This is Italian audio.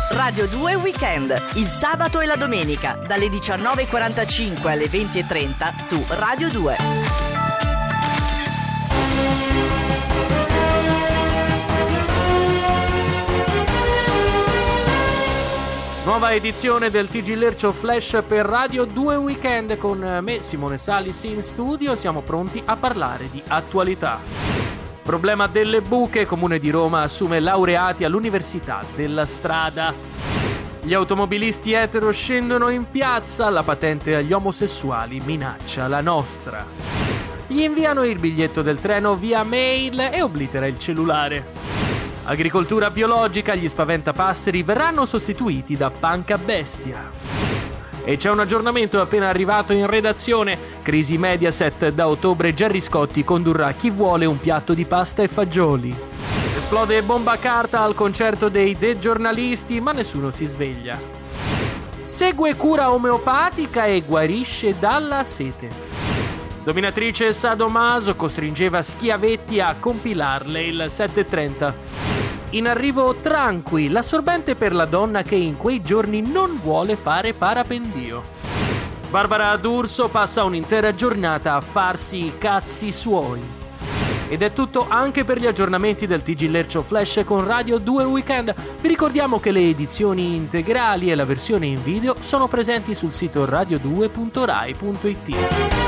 Radio 2 Weekend, il sabato e la domenica, dalle 19.45 alle 20.30 su Radio 2. Nuova edizione del TG Lercio Flash per Radio 2 Weekend con me, Simone Salis, in studio. Siamo pronti a parlare di attualità. Problema delle buche, Comune di Roma assume laureati all'Università della Strada. Gli automobilisti etero scendono in piazza, la patente agli omosessuali minaccia la nostra. Gli inviano il biglietto del treno via mail e oblitera il cellulare. Agricoltura biologica, gli spaventapasseri verranno sostituiti da panca bestia. E c'è un aggiornamento appena arrivato in redazione. Crisi Mediaset, da ottobre Gerry Scotti condurrà Chi vuole un piatto di pasta e fagioli. Esplode bomba carta al concerto dei The Giornalisti, ma nessuno si sveglia. Segue cura omeopatica e guarisce dalla sete. Dominatrice sadomaso costringeva Schiavetti a compilarle il 730. In arrivo Tranqui, l'assorbente per la donna che in quei giorni non vuole fare parapendio. Barbara D'Urso passa un'intera giornata a farsi i cazzi suoi. Ed è tutto anche per gli aggiornamenti del TG Lercio Flash con Radio 2 Weekend. Vi ricordiamo che le edizioni integrali e la versione in video sono presenti sul sito radio2.rai.it.